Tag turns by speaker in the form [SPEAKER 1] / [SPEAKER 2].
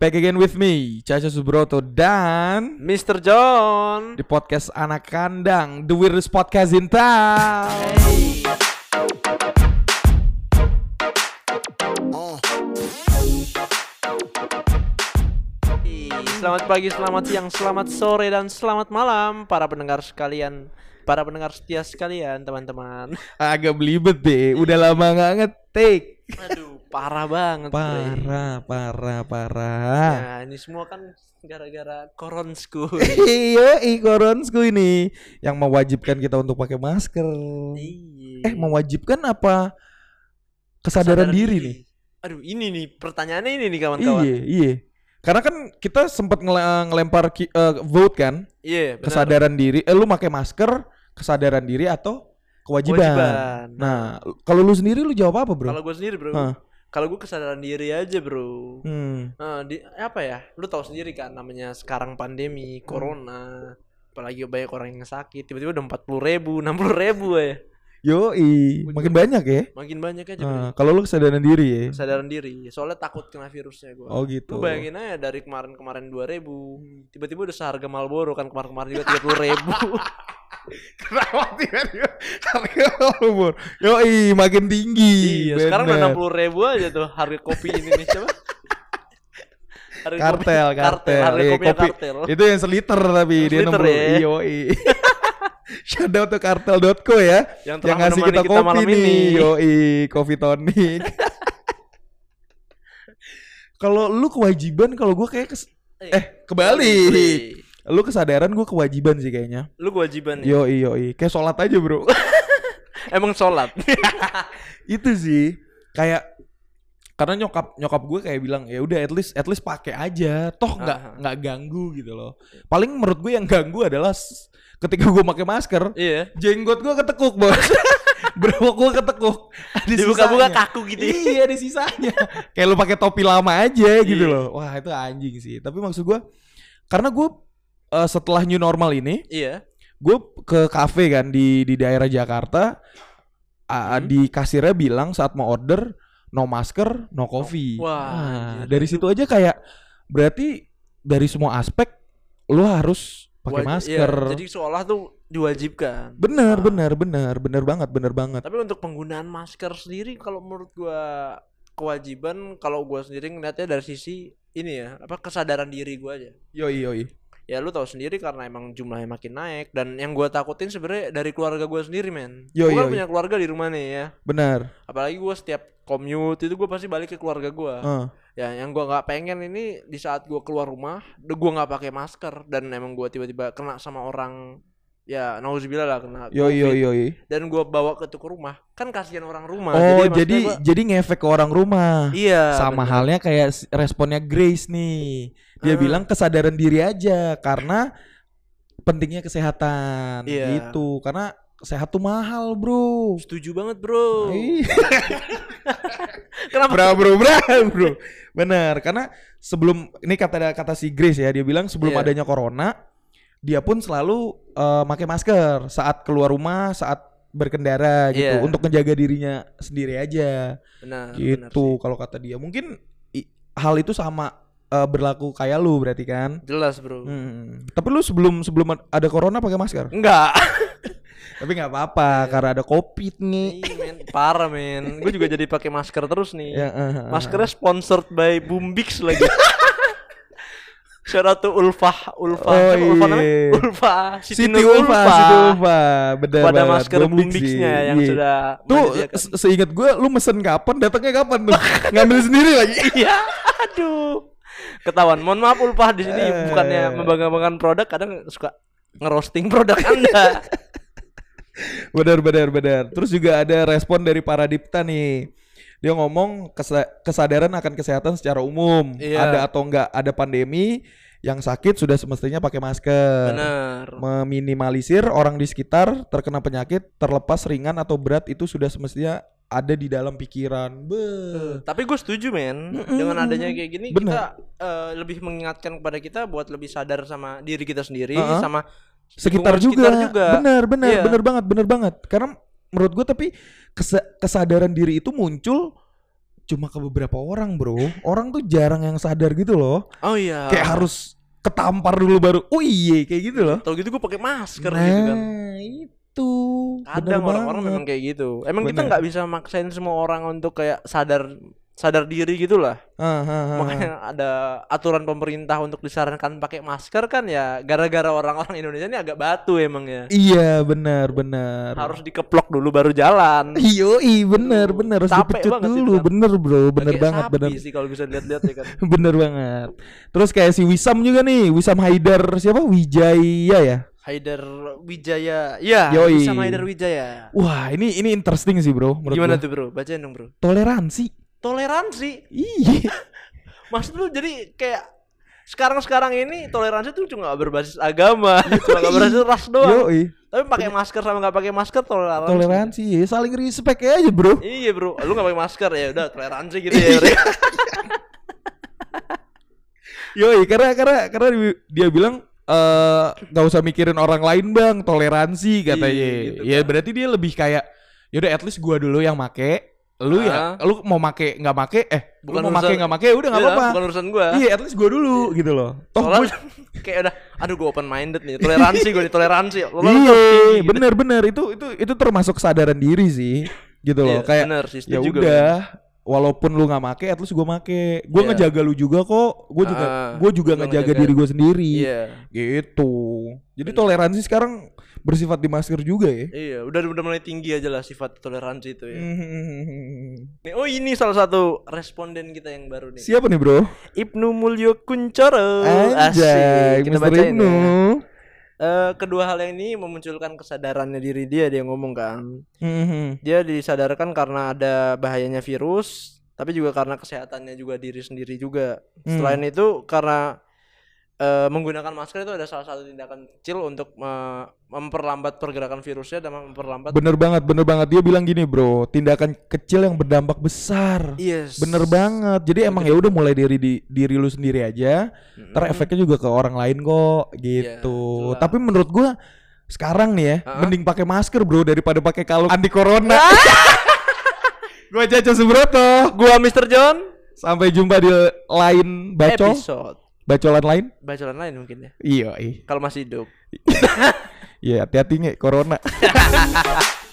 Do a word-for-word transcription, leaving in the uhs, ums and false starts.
[SPEAKER 1] Back again with me, Caca Subroto dan
[SPEAKER 2] mister John
[SPEAKER 1] di podcast Anak Kandang, The Weirdest Podcast in Town.
[SPEAKER 2] Hey. Selamat pagi, selamat siang, selamat sore, dan selamat malam para pendengar sekalian, para pendengar setia sekalian, teman-teman.
[SPEAKER 1] Agak belibet deh, udah lama gak ngetik.
[SPEAKER 2] Aduh, parah banget.
[SPEAKER 1] Parah, bre. parah, parah.
[SPEAKER 2] Ya, ini semua kan gara-gara koronsku.
[SPEAKER 1] Iya, koronsku ini yang mewajibkan kita untuk pakai masker.
[SPEAKER 2] Iya.
[SPEAKER 1] Eh, mewajibkan apa kesadaran, kesadaran diri, diri nih?
[SPEAKER 2] Aduh, ini nih pertanyaannya ini nih kawan-kawan.
[SPEAKER 1] Iya, iya. Karena kan kita sempat ngel- ngelempar ki- uh, vote kan?
[SPEAKER 2] Iya, benar.
[SPEAKER 1] Kesadaran diri, eh lu pakai masker, kesadaran diri atau kewajiban. Kewajiban. Nah, kalau lu sendiri lu jawab apa, Bro?
[SPEAKER 2] Kalau gue sendiri, Bro. Huh? Kalau gue kesadaran diri aja, Bro. Hmm. Nah, di apa ya? Lu tahu sendiri kan namanya sekarang pandemi, corona. Hmm. Apalagi banyak orang yang sakit, tiba-tiba udah empat puluh ribu, enam puluh ribu ya.
[SPEAKER 1] Yoi, makin banyak ya?
[SPEAKER 2] Makin banyak aja.
[SPEAKER 1] Nah, kalau lu kesadaran diri ya?
[SPEAKER 2] Kesadaran diri, soalnya takut kena virusnya gue.
[SPEAKER 1] Oh gitu.
[SPEAKER 2] Lu bayangin aja dari kemarin-kemarin dua ribu, tiba-tiba udah seharga Marlboro kan, kemarin-kemarin juga tiga puluh ribu.
[SPEAKER 1] Kenapa tiba-tiba harga Marlboro? Yoi, makin tinggi.
[SPEAKER 2] Iya, bener. Sekarang udah enam puluh ribu aja tuh harga kopi ini nih, coba.
[SPEAKER 1] Harga kartel, kopi, kartel, kartel.
[SPEAKER 2] Harga
[SPEAKER 1] eh,
[SPEAKER 2] kopi,
[SPEAKER 1] kopi
[SPEAKER 2] kartel.
[SPEAKER 1] Itu yang seliter tapi
[SPEAKER 2] yang
[SPEAKER 1] dia enam puluh.
[SPEAKER 2] Ya?
[SPEAKER 1] Yoi. Shout out to kartel dot co ya
[SPEAKER 2] yang,
[SPEAKER 1] yang ngasih kita, kita kopi nih ini. Yoi, coffee tonic. Kalau lu kewajiban, kalau gue kayak kes... eh kebalik. Lu kesadaran, gue kewajiban sih kayaknya.
[SPEAKER 2] Lu kewajiban ya?
[SPEAKER 1] Yoi yoi, kayak sholat aja bro.
[SPEAKER 2] Emang sholat?
[SPEAKER 1] Itu sih kayak karena nyokap nyokap gue kayak bilang ya udah at least at least pakai aja, toh nggak uh-huh. nggak ganggu gitu loh. Paling menurut gue yang ganggu adalah ketika gue pakai masker, iya. jenggot gue ketekuk bos. Berapa gue ketekuk,
[SPEAKER 2] dibuka-buka kaku gitu.
[SPEAKER 1] Iya, ada sisanya. Kayak lu pakai topi lama aja gitu loh. Wah itu anjing sih. Tapi maksud gue, karena gue uh, setelah new normal ini, iya, gue ke kafe kan di di daerah Jakarta, uh, hmm. di kasirnya bilang saat mau order no masker, no coffee.
[SPEAKER 2] Oh, wah,
[SPEAKER 1] nah, dari situ aja kayak berarti dari semua aspek lu harus pakai masker.
[SPEAKER 2] Iya, jadi seolah tuh diwajibkan.
[SPEAKER 1] Bener, nah. bener, bener, bener banget, bener banget.
[SPEAKER 2] Tapi untuk penggunaan masker sendiri, kalau menurut gua kewajiban, kalau gua sendiri ngeliatnya dari sisi ini ya, apa kesadaran diri gua aja.
[SPEAKER 1] Yoi, yoi.
[SPEAKER 2] Ya lu tahu sendiri karena emang jumlahnya makin naik, dan yang gua takutin sebenarnya dari keluarga gua sendiri, men. Gua kan punya keluarga di rumah nih ya.
[SPEAKER 1] Benar.
[SPEAKER 2] Apalagi gua setiap commute itu gua pasti balik ke keluarga gua. Uh. Ya yang gua nggak pengen ini di saat gua keluar rumah, gua nggak pakai masker dan emang gua tiba-tiba kena sama orang, ya nauzubillah lah kena
[SPEAKER 1] yo,
[SPEAKER 2] COVID.
[SPEAKER 1] Yo yo yo.
[SPEAKER 2] Dan gua bawa ke tuku rumah, kan kasihan orang rumah.
[SPEAKER 1] Oh jadi jadi, gua... jadi ngefek ke orang rumah.
[SPEAKER 2] Iya.
[SPEAKER 1] Sama bener. Halnya kayak responnya Grace nih. Dia uh. bilang kesadaran diri aja karena pentingnya kesehatan. Iya. Gitu. Karena sehat tuh mahal bro.
[SPEAKER 2] Setuju banget bro.
[SPEAKER 1] Kenapa? Bro bro bro bro. Bener. Karena sebelum ini kata kata si Grace ya, dia bilang sebelum yeah. adanya corona, dia pun selalu uh, pakai masker saat keluar rumah, saat berkendara gitu, yeah. untuk menjaga dirinya sendiri aja.
[SPEAKER 2] Benar.
[SPEAKER 1] Gitu. Kalau kata dia mungkin i- hal itu sama uh, berlaku kayak lu berarti kan?
[SPEAKER 2] Jelas bro.
[SPEAKER 1] Hmm. Tapi lu sebelum sebelum ada corona pakai masker?
[SPEAKER 2] Enggak.
[SPEAKER 1] Tapi nggak apa-apa yeah. karena ada COVID nih.
[SPEAKER 2] Iya, men. Parah men. Gue juga jadi pakai masker terus nih.
[SPEAKER 1] Yeah, uh, uh,
[SPEAKER 2] Maskernya sponsored by Boombix lagi. Shout out to Ulfa, Ulfa,
[SPEAKER 1] oh,
[SPEAKER 2] Ulfa namanya?
[SPEAKER 1] Iya.
[SPEAKER 2] Ulfa,
[SPEAKER 1] Siti Ulfa, Siti Ulfa,
[SPEAKER 2] bener pada banget. Masker Boombixnya yang iya. sudah.
[SPEAKER 1] Tuh seingat gue, lu mesen kapan, datangnya kapan tuh? Ngambil sendiri lagi.
[SPEAKER 2] Iya, aduh. Ketahuan. Mohon maaf Ulfa di sini uh, bukannya membanggakan produk, kadang suka ngerosting produk Anda.
[SPEAKER 1] Benar benar benar. Terus juga ada respon dari Paradipta nih. Dia ngomong kesa- kesadaran akan kesehatan secara umum. Iya. Ada atau enggak ada pandemi, yang sakit sudah semestinya pakai masker.
[SPEAKER 2] Benar.
[SPEAKER 1] Meminimalisir orang di sekitar terkena penyakit terlepas ringan atau berat itu sudah semestinya ada di dalam pikiran. Be.
[SPEAKER 2] Tapi gue setuju men. Mm-mm. Dengan adanya kayak gini Bener. kita uh, lebih mengingatkan kepada kita buat lebih sadar sama diri kita sendiri, uh-huh. sama
[SPEAKER 1] sekitar juga. sekitar juga. Benar, benar, yeah. benar banget, benar banget. Karena menurut gue tapi kes- kesadaran diri itu muncul cuma ke beberapa orang, bro. Orang tuh jarang yang sadar gitu loh.
[SPEAKER 2] Oh iya.
[SPEAKER 1] Kayak harus ketampar dulu baru. Oh iya, kayak gitu loh.
[SPEAKER 2] Kalau gitu gue pakai masker
[SPEAKER 1] nah,
[SPEAKER 2] gitu kan.
[SPEAKER 1] Itu.
[SPEAKER 2] Kadang orang-orang memang kayak gitu. Emang bener. Kita nggak bisa maksain semua orang untuk kayak sadar sadar diri gitulah.
[SPEAKER 1] Uh, uh, uh,
[SPEAKER 2] Makanya ada aturan pemerintah untuk disarankan pakai masker kan ya gara-gara orang-orang Indonesia ini agak batu emang ya.
[SPEAKER 1] Iya benar benar.
[SPEAKER 2] Harus dikeplok dulu baru jalan.
[SPEAKER 1] Iyo i benar benar harus dipecut dulu. Kan? Bener bro, bener
[SPEAKER 2] kayak
[SPEAKER 1] banget bener.
[SPEAKER 2] sih kalau bisa lihat-lihat ya kan.
[SPEAKER 1] Bener banget. Terus kayak si Wisam juga nih, Wisam Haidar siapa? Wijaya ya?
[SPEAKER 2] Haidar Wijaya. Iya, Wisam Haidar Wijaya.
[SPEAKER 1] Wah, ini ini interesting sih, bro.
[SPEAKER 2] Gimana
[SPEAKER 1] gua.
[SPEAKER 2] tuh, Bro? Bacain dong, Bro.
[SPEAKER 1] Toleransi.
[SPEAKER 2] Toleransi.
[SPEAKER 1] Iya.
[SPEAKER 2] Maksud lu jadi kayak sekarang-sekarang ini toleransi tuh cuma berbasis agama, cuma gak berbasis ras doang. Yoi. Tapi pakai masker sama nggak pakai masker toleransi.
[SPEAKER 1] Toleransi, ya, saling respect aja, bro.
[SPEAKER 2] Iya, bro. Lu nggak pakai masker ya udah toleransi gitu ya.
[SPEAKER 1] Yoi, karena karena karena dia bilang eh nggak usah mikirin orang lain bang, toleransi katanya. Iya, gitu, ya kan. Berarti dia lebih kayak, yaudah at least gua dulu yang make. Lu ya, lu mau make nggak make, eh bukan lu mau make nggak make, udah nggak
[SPEAKER 2] iya,
[SPEAKER 1] apa-apa.
[SPEAKER 2] Bukan urusan gua.
[SPEAKER 1] Iya, at least gua dulu iya. gitu loh.
[SPEAKER 2] Toh gua kayak udah, aduh gua open minded nih, toleransi gua nih toleransi.
[SPEAKER 1] Iya, bener-bener itu itu itu termasuk kesadaran diri sih, gitu loh. Iya, kayak ya udah, walaupun lu nggak make, at least gua make. Gua yeah. ngejaga lu juga kok. Gua juga, uh, gua juga ngejaga, ngejaga diri gua sendiri. Iya. Gitu. Jadi bener. Toleransi sekarang bersifat di masker juga ya.
[SPEAKER 2] Iya, udah udah mulai tinggi aja lah sifat toleransi itu ya. nih, oh ini salah satu responden kita yang baru nih.
[SPEAKER 1] Siapa nih, Bro?
[SPEAKER 2] Ibnu Mulyo Kuncoro.
[SPEAKER 1] Asik, kita bacain Ibnu.
[SPEAKER 2] Ya. Uh, kedua hal ini memunculkan kesadarannya diri dia, dia ngomong kan. Mm-hmm. Dia disadarkan karena ada bahayanya virus, tapi juga karena kesehatannya juga diri sendiri juga. Mm. Selain itu karena Uh, menggunakan masker itu ada salah satu tindakan kecil untuk uh, memperlambat pergerakan virusnya dan memperlambat.
[SPEAKER 1] Bener banget, bener banget. Dia bilang gini, bro, tindakan kecil yang berdampak besar.
[SPEAKER 2] Yes.
[SPEAKER 1] Bener banget. Jadi emang ya udah mulai dari di, diri lu sendiri aja. Mm-hmm. Ntar efeknya juga ke orang lain kok, gitu. Yeah, tapi menurut gua sekarang nih ya, uh-huh. mending pakai masker, bro, daripada pakai kalung anti corona. Gua Caca Subroto,
[SPEAKER 2] gua mister John.
[SPEAKER 1] Sampai jumpa di lain bacol.
[SPEAKER 2] Episode.
[SPEAKER 1] Bacolan lain?
[SPEAKER 2] Bacolan lain mungkin ya.
[SPEAKER 1] Iya, iya.
[SPEAKER 2] Kalau masih hidup.
[SPEAKER 1] Iya, hati-hati nih corona.